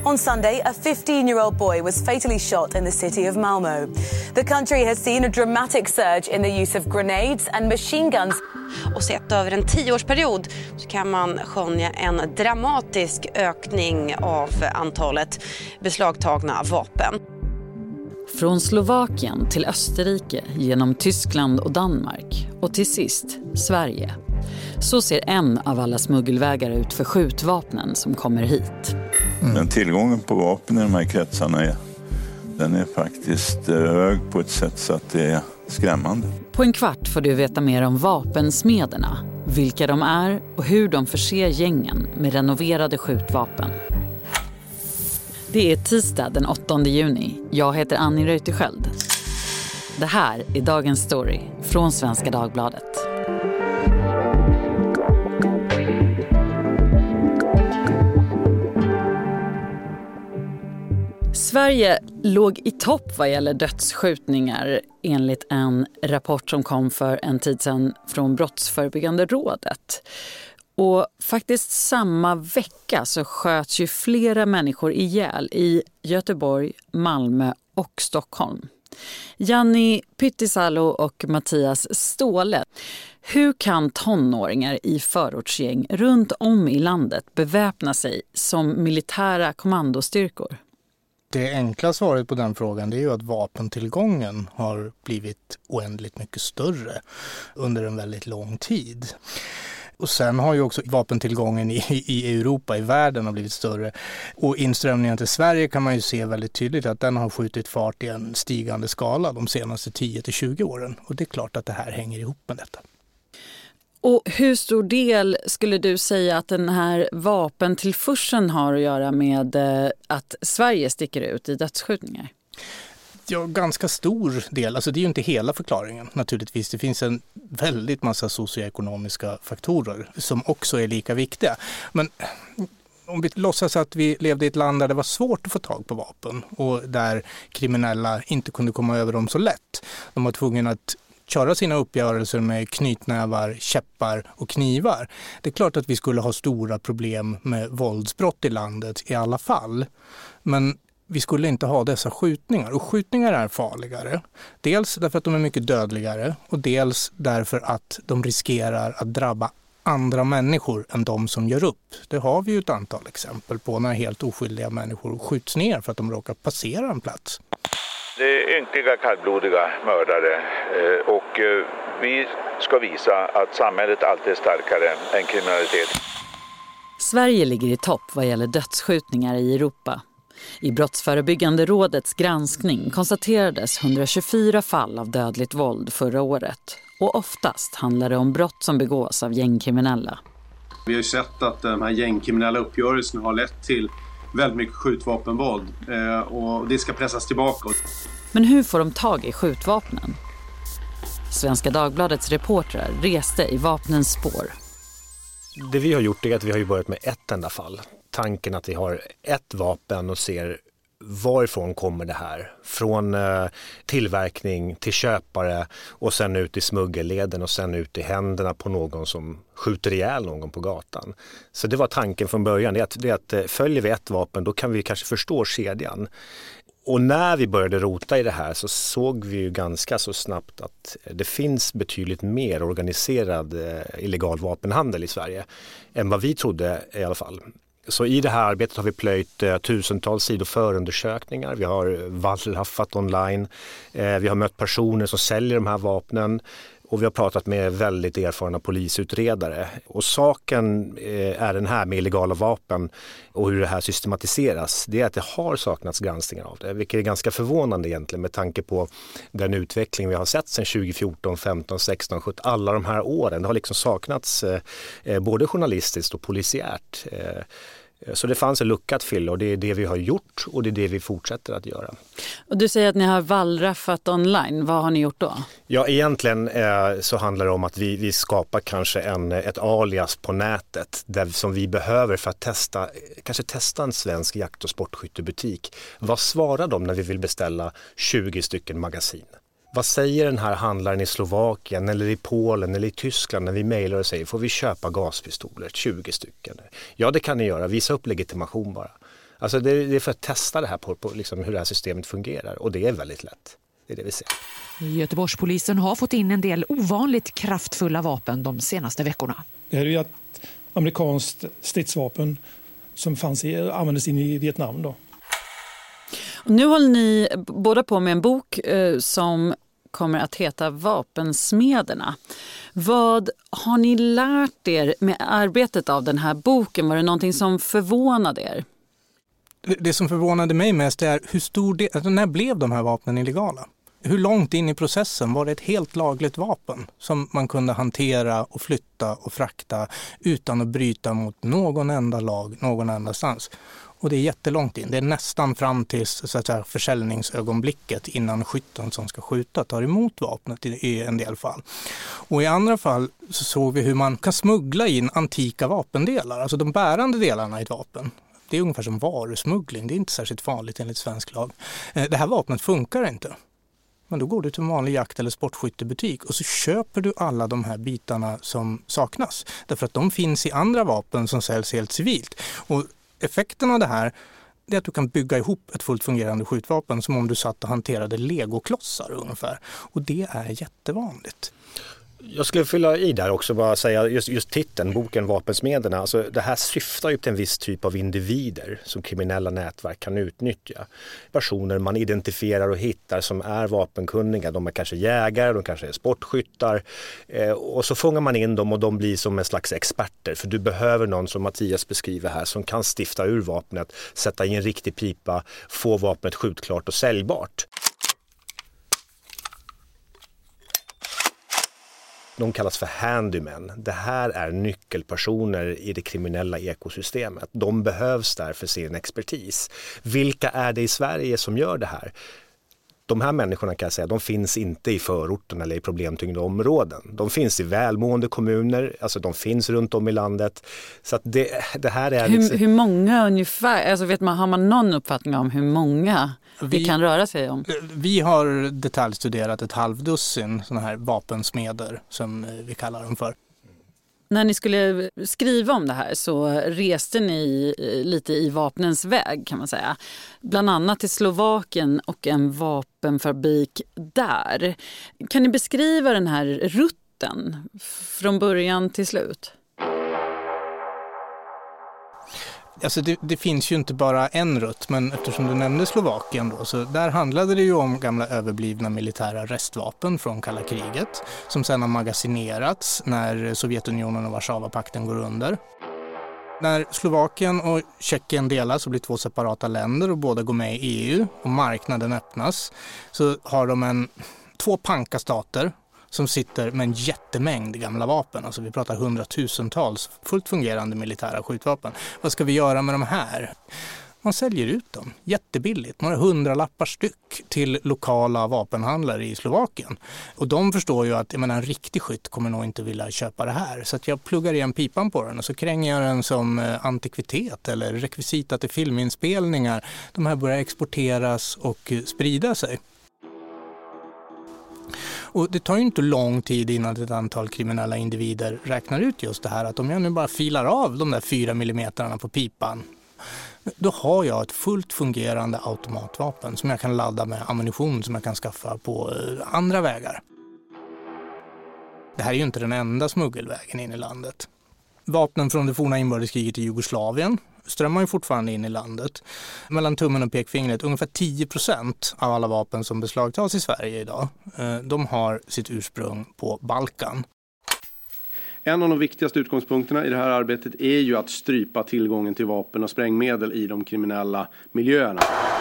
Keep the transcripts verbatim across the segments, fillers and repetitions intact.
On Sunday, a fifteen-year-old boy was fatally shot in the city of Malmö. The country has seen a dramatic surge in the use of grenades and machine guns. Och sett över en tioårsperiod så kan man skönja en dramatisk ökning av antalet beslagtagna vapen. Från Slovakien till Österrike, genom Tyskland och Danmark och till sist Sverige. Så ser en av alla smuggelvägar ut för skjutvapnen som kommer hit. Mm. Men tillgången på vapen i de här kretsarna är, den är faktiskt hög på ett sätt så att det är skrämmande. På en kvart får du veta mer om vapensmederna, vilka de är och hur de förser gängen med renoverade skjutvapen. Det är tisdag den åttonde juni. Jag heter Annie Reuterskiöld. Det här är dagens story från Svenska Dagbladet. Sverige låg i topp vad gäller dödsskjutningar enligt en rapport som kom för en tid sedan från Brottsförebyggande rådet. Och faktiskt samma vecka så sköts ju flera människor ihjäl i Göteborg, Malmö och Stockholm. Janni Pyttisalo och Mattias Ståhle. Hur kan tonåringar i förortsgäng runt om i landet beväpna sig som militära kommandostyrkor? Det enkla svaret på den frågan är ju att vapentillgången har blivit oändligt mycket större under en väldigt lång tid. Och sen har ju också vapentillgången i, i Europa, i världen har blivit större. Och inströmningen till Sverige kan man ju se väldigt tydligt att den har skjutit fart i en stigande skala de senaste tio till tjugo åren. Och det är klart att det här hänger ihop med detta. Och hur stor del skulle du säga att den här vapentillförseln har att göra med att Sverige sticker ut i dödsskjutningar? Ja, ganska stor del. Alltså det är ju inte hela förklaringen naturligtvis. Det finns en väldigt massa socioekonomiska faktorer som också är lika viktiga. Men om vi låtsas att vi levde i ett land där det var svårt att få tag på vapen och där kriminella inte kunde komma över dem så lätt. De var tvungna att köra sina uppgörelser med knytnävar, käppar och knivar. Det är klart att vi skulle ha stora problem med våldsbrott i landet i alla fall. Men vi skulle inte ha dessa skjutningar. Och skjutningar är farligare. Dels därför att de är mycket dödligare och dels därför att de riskerar att drabba andra människor än de som gör upp. Det har vi ju ett antal exempel på när helt oskyldiga människor skjuts ner för att de råkar passera en plats. Det är ynkliga, kallblodiga mördare och vi ska visa att samhället alltid är starkare än kriminalitet. Sverige ligger i topp vad gäller dödsskjutningar i Europa. I Brottsförebyggande rådets granskning konstaterades hundratjugofyra fall av dödligt våld förra året. Och oftast handlar det om brott som begås av gängkriminella. Vi har ju sett att de här gängkriminella uppgörelserna har lett till väldigt mycket skjutvapenvåld och det ska pressas tillbaka. Men hur får de tag i skjutvapnen? Svenska Dagbladets reportrar reste i vapnens spår. Det vi har gjort är att vi har ju börjat med ett enda fall. Tanken att vi har ett vapen och ser varifrån kommer det här. Från eh, tillverkning till köpare och sen ut i smuggelleden och sen ut i händerna på någon som skjuter ihjäl någon på gatan. Så det var tanken från början. Det är att, det är att eh, följer vi ett vapen då kan vi kanske förstå kedjan. Och när vi började rota i det här så såg vi ju ganska så snabbt att det finns betydligt mer organiserad eh, illegal vapenhandel i Sverige än vad vi trodde i alla fall. Så i det här arbetet har vi plöjt eh, tusentals sidor förundersökningar. Vi har wallraffat online. Eh, vi har mött personer som säljer de här vapnen. Och vi har pratat med väldigt erfarna polisutredare. Och saken eh, är den här med illegala vapen och hur det här systematiseras. Det är att det har saknats granskningar av det. Vilket är ganska förvånande egentligen med tanke på den utveckling vi har sett sedan tjugo fjorton, femton, sexton, sjutton. Alla de här åren. Det har liksom saknats eh, både journalistiskt och polisiärt. Eh, Så det fanns en lucka att fylla och det är det vi har gjort och det är det vi fortsätter att göra. Och du säger att ni har wallraffat online. Vad har ni gjort då? Ja, egentligen eh, så handlar det om att vi, vi skapar kanske en, ett alias på nätet där, som vi behöver för att testa, kanske testa en svensk jakt- och sportskyttebutik. Vad svarar de när vi vill beställa tjugo stycken magasin? Vad säger den här handlaren i Slovakien eller i Polen eller i Tyskland när vi mejlar och säger får vi köpa gaspistoler, tjugo stycken? Ja, det kan ni göra. Visa upp legitimation bara. Alltså det, det är för att testa det här på, på liksom hur det här systemet fungerar, och det är väldigt lätt. Det är det vi ser. Göteborgspolisen har fått in en del ovanligt kraftfulla vapen de senaste veckorna. Det här är ju ett amerikanskt stridsvapen som fanns i, användes in i Vietnam då. Nu håller ni båda på med en bok eh, som kommer att heta Vapensmederna. Vad har ni lärt er med arbetet av den här boken? Var det någonting som förvånade er? Det, det som förvånade mig mest är hur stor del, alltså när blev de här vapnen illegala? Hur långt in i processen var det ett helt lagligt vapen som man kunde hantera och flytta och frakta utan att bryta mot någon enda lag någon endastans? Och det är jättelångt in. Det är nästan fram till så att säga, försäljningsögonblicket innan skytten som ska skjuta tar emot vapnet i, i en del fall. Och i andra fall så såg vi hur man kan smuggla in antika vapendelar, alltså de bärande delarna i ett vapen. Det är ungefär som varusmuggling. Det är inte särskilt farligt enligt svensk lag. Det här vapnet funkar inte. Men då går du till en vanlig jakt- eller sportskyttebutik och så köper du alla de här bitarna som saknas. Därför att de finns i andra vapen som säljs helt civilt. Och effekten av det här är att du kan bygga ihop ett fullt fungerande skjutvapen som om du satt och hanterade legoklossar ungefär. Och det är jättevanligt. Jag skulle fylla i där också, bara säga just, just titeln, boken Vapensmederna. Alltså, det här syftar ju till en viss typ av individer som kriminella nätverk kan utnyttja. Personer man identifierar och hittar som är vapenkunniga. De är kanske jägare, de kanske är sportskyttar. Eh, och så fångar man in dem och de blir som en slags experter. För du behöver någon, som Mattias beskriver här, som kan stifta ur vapnet, sätta in en riktig pipa, få vapnet skjutklart och säljbart. De kallas för handymen. Det här är nyckelpersoner i det kriminella ekosystemet. De behövs där för sin expertis. Vilka är det i Sverige som gör det här? De här människorna kan jag säga, de finns inte i förorten eller i problemtyngda områden. De finns i välmående kommuner, alltså de finns runt om i landet. Så att det, det här är... Hur, liksom... hur många ungefär, alltså vet man, har man någon uppfattning om hur många vi, det kan röra sig om? Vi har detaljstuderat ett halvdussin sådana här vapensmeder som vi kallar dem för. När ni skulle skriva om det här så reste ni lite i vapnens väg, kan man säga. Bland annat till Slovakien och en vapenfabrik där. Kan ni beskriva den här rutten från början till slut? Alltså det, det finns ju inte bara en rutt, men eftersom du nämnde Slovakien då, så där handlade det ju om gamla överblivna militära restvapen från kalla kriget som sedan har magasinerats när Sovjetunionen och Warszawapakten går under. När Slovakien och Tjeckien delas och blir två separata länder och båda går med i E U och marknaden öppnas, så har de en, två pankastater som sitter med en jättemängd gamla vapen. Alltså vi pratar hundratusentals fullt fungerande militära skjutvapen. Vad ska vi göra med de här? Man säljer ut dem jättebilligt, några hundralappar styck till lokala vapenhandlare i Slovakien. Och de förstår ju att jag menar, en riktig skytt kommer nog inte vilja köpa det här. Så att jag pluggar igen pipan på den och så kränger jag den som antikvitet eller rekvisita till filminspelningar. De här börjar exporteras och sprida sig. Och det tar ju inte lång tid innan ett antal kriminella individer räknar ut just det här att om jag nu bara filar av de där fyra millimeterna på pipan, då har jag ett fullt fungerande automatvapen som jag kan ladda med ammunition som jag kan skaffa på andra vägar. Det här är ju inte den enda smuggelvägen in i landet. Vapnen från det forna inbördeskriget i Jugoslavien strömmar ju fortfarande in i landet. Mellan tummen och pekfingret, ungefär tio procent av alla vapen som beslagtas i Sverige idag, de har sitt ursprung på Balkan. En av de viktigaste utgångspunkterna i det här arbetet är ju att strypa tillgången till vapen och sprängmedel i de kriminella miljöerna.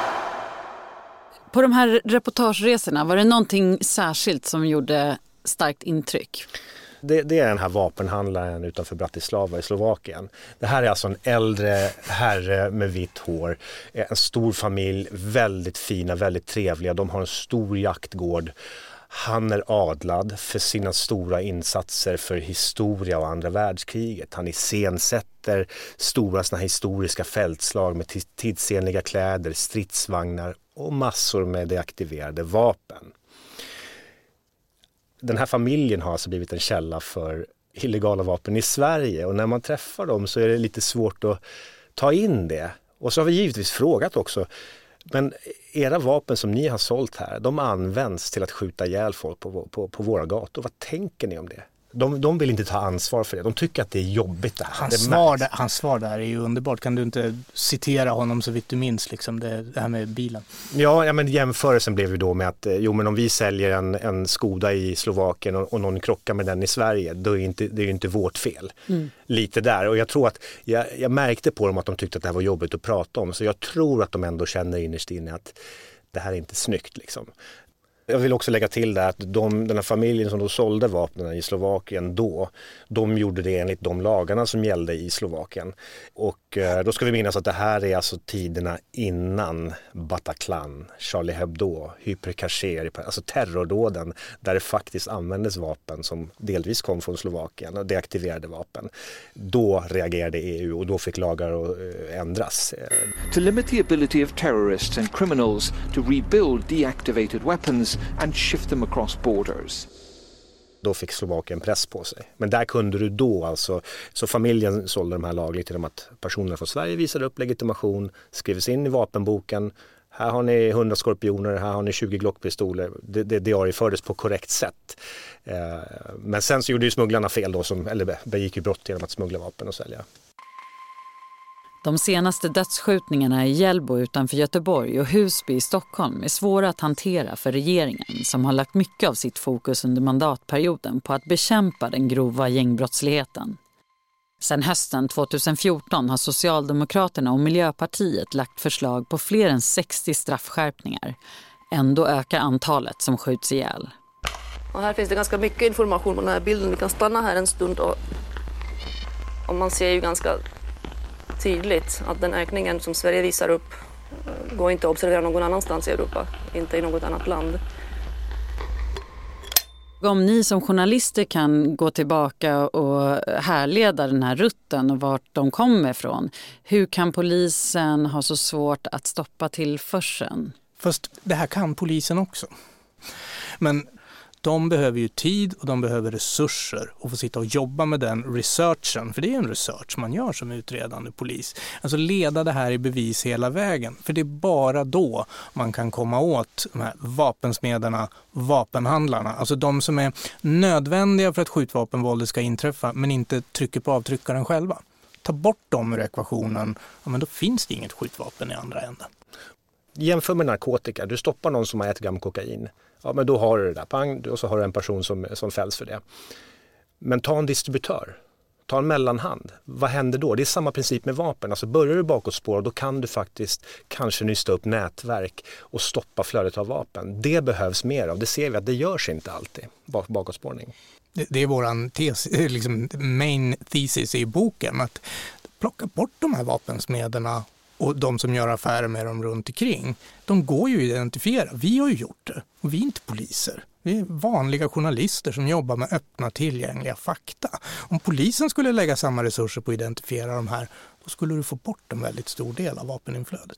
På de här reportageresorna, var det någonting särskilt som gjorde starkt intryck? Det, det är den här vapenhandlaren utanför Bratislava i Slovakien. Det här är alltså en äldre herre med vitt hår. En stor familj, väldigt fina, väldigt trevliga. De har en stor jaktgård. Han är adlad för sina stora insatser för historia och andra världskriget. Han iscensätter stora såna historiska fältslag med tidsenliga kläder, stridsvagnar och massor med deaktiverade vapen. Den här familjen har alltså blivit en källa för illegala vapen i Sverige och när man träffar dem så är det lite svårt att ta in det. Och så har vi givetvis frågat också, men era vapen som ni har sålt här, de används till att skjuta ihjäl folk på, på, på våra gator. Vad tänker ni om det? De, de vill inte ta ansvar för det. De tycker att det är jobbigt. Det här. Hans, det svar där, hans svar där är ju underbart. Kan du inte citera honom så vitt du minns liksom det, det här med bilen? Ja, ja, men jämförelsen blev ju då med att jo, men om vi säljer en, en Skoda i Slovakien och, och någon krockar med den i Sverige, då är inte, det är ju inte vårt fel. Mm. Lite där. Och jag tror att jag, jag märkte på dem att de tyckte att det här var jobbigt att prata om. Så jag tror att de ändå känner innerst inne att det här är inte snyggt liksom. Jag vill också lägga till där att de, den här familjen som då sålde vapnen i Slovakien då, de gjorde det enligt de lagarna som gällde i Slovakien. Och eh, då ska vi minnas att det här är alltså tiderna innan Bataclan, Charlie Hebdo, Hypercacher, alltså terrordåden där det faktiskt användes vapen som delvis kom från Slovakien och deaktiverade vapen. Då reagerade E U och då fick lagar att eh, ändras. To limit the ability of terrorists and criminals to rebuild deactivated weapons and shift them across borders. Då fick Slovakien press på sig. Men där kunde du då alltså, så familjen sålde de här lagligt genom att personerna från Sverige visade upp legitimation, skrevs in i vapenboken. Här har ni hundra skorpioner, här har ni tjugo glockpistoler. Det, det diariefördes på korrekt sätt. Eh, men sen så gjorde ju smugglarna fel då, som, eller begick ju brott genom att smuggla vapen och sälja. De senaste dödsskjutningarna i Hjällbo utanför Göteborg och Husby i Stockholm är svåra att hantera för regeringen som har lagt mycket av sitt fokus under mandatperioden på att bekämpa den grova gängbrottsligheten. Sedan hösten tjugohundrafjorton har Socialdemokraterna och Miljöpartiet lagt förslag på fler än sextio straffskärpningar. Ändå ökar antalet som skjuts ihjäl. Och här finns det ganska mycket information på den här bilden. Vi kan stanna här en stund och, och man ser ju ganska tydligt att den ökningen som Sverige visar upp går inte att observera någon annanstans i Europa, inte i något annat land. Om ni som journalister kan gå tillbaka och härleda den här rutten och vart de kommer ifrån, hur kan polisen ha så svårt att stoppa tillförseln? Fast det här kan polisen också. Men de behöver ju tid och de behöver resurser och få sitta och jobba med den researchen. För det är en research man gör som utredande polis. Alltså leda det här i bevis hela vägen. För det är bara då man kan komma åt de här vapensmederna, vapenhandlarna. Alltså de som är nödvändiga för att skjutvapenvåldet ska inträffa men inte trycker på avtryckaren själva. Ta bort dem ur ekvationen, ja, men då finns det inget skjutvapen i andra änden. Jämför med narkotika. Du stoppar någon som har ett gram kokain. Ja, men då har du det där pang och så har du en person som, som fälls för det. Men ta en distributör. Ta en mellanhand. Vad händer då? Det är samma princip med vapen. Alltså börjar du bakåtspåra, då kan du faktiskt kanske nysta upp nätverk och stoppa flödet av vapen. Det behövs mer av. Det ser vi att det görs inte alltid, bak- bakåtspårning. Det, det är våran tes, liksom main thesis i boken, att plocka bort de här vapensmederna och de som gör affärer med dem runt omkring. De går ju att identifiera. Vi har ju gjort det. Och vi är inte poliser. Vi är vanliga journalister som jobbar med öppna tillgängliga fakta. Om polisen skulle lägga samma resurser på att identifiera de här, då skulle du få bort en väldigt stor del av vapeninflödet.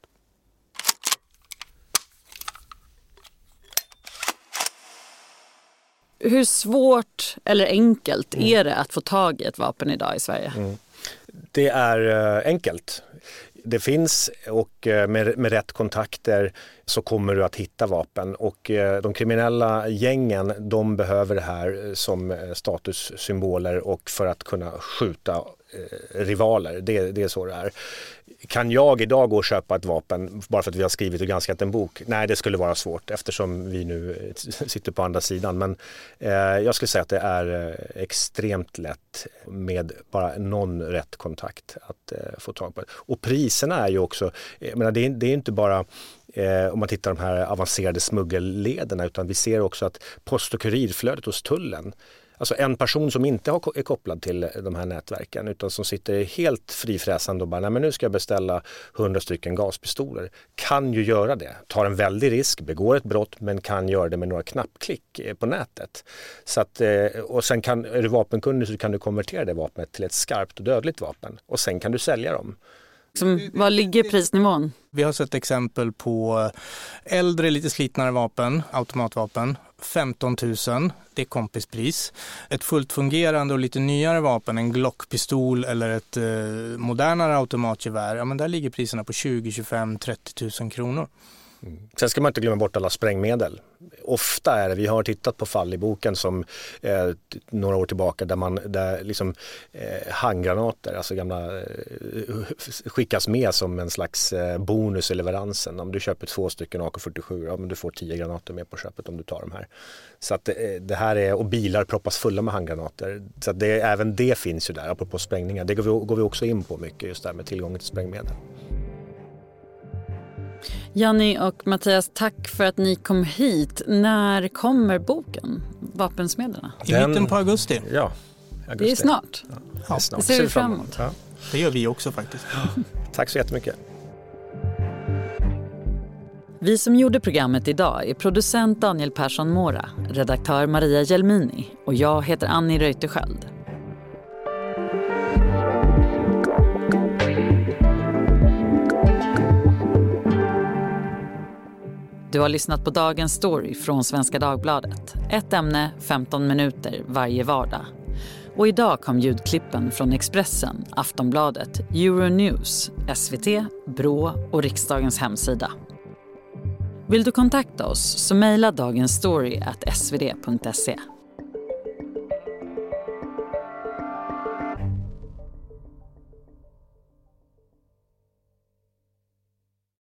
Hur svårt eller enkelt mm. är det att få tag i ett vapen idag i Sverige? Mm. Det är enkelt. Det finns och med, med rätt kontakter så kommer du att hitta vapen och de kriminella gängen, de behöver det här som statussymboler och för att kunna skjuta rivaler. Det, det är så det är. Kan jag idag gå och köpa ett vapen bara för att vi har skrivit och granskat en bok? Nej, det skulle vara svårt eftersom vi nu sitter på andra sidan. Men eh, jag skulle säga att det är extremt lätt med bara någon rätt kontakt att eh, få tag på det. Och priserna är ju också, jag menar, det är, det är inte bara eh, om man tittar på de här avancerade smuggellederna, utan vi ser också att post- och kurirflödet hos tullen, alltså en person som inte är kopplad till de här nätverken utan som sitter helt frifräsande och bara, nej men nu ska jag beställa hundra stycken gaspistoler, kan ju göra det. Tar en väldig risk, begår ett brott men kan göra det med några knappklick på nätet. Så att, och sen kan, är du vapenkunnig så kan du konvertera det vapnet till ett skarpt och dödligt vapen och sen kan du sälja dem. Som, vad ligger prisnivån? Vi har sett exempel på äldre, lite slitnare vapen, automatvapen, femton tusen, det är kompispris. Ett fullt fungerande och lite nyare vapen, en Glock-pistol eller ett eh, modernare automatgevär, ja men där ligger priserna på tjugo, tjugofem, trettio tusen kronor. Mm. Sen ska man inte glömma bort alla sprängmedel. Ofta är det, vi har tittat på fall i boken som eh, några år tillbaka där man där liksom eh, handgranater, alltså gamla eh, skickas med som en slags eh, bonus i leveransen. Om du köper två stycken A K fyrtiosju, ja men du får tio granater med på köpet om du tar de här. Så att eh, det här är, och bilar proppas fulla med handgranater. Så att det, även det finns ju där, apropå sprängningar. Det går vi, går vi också in på mycket, just där med tillgången till sprängmedel. Janni och Mattias, tack för att ni kom hit. När kommer boken, Vapensmederna? I Den, mitten på augusti. Ja, augusti. Det är snart. Ja, det, är snart. Det ser vi fram emot. Ja. Det gör vi också faktiskt. Ja. Tack så jättemycket. Vi som gjorde programmet idag är producent Daniel Persson Mora, redaktör Maria Gelmini och jag heter Annie Reuterskiöld. Du har lyssnat på Dagens Story från Svenska Dagbladet. Ett ämne, femton minuter varje vardag. Och idag kom ljudklippen från Expressen, Aftonbladet, Euronews, S V T, Brå och Riksdagens hemsida. Vill du kontakta oss så mejla dagensstory at svd punkt se.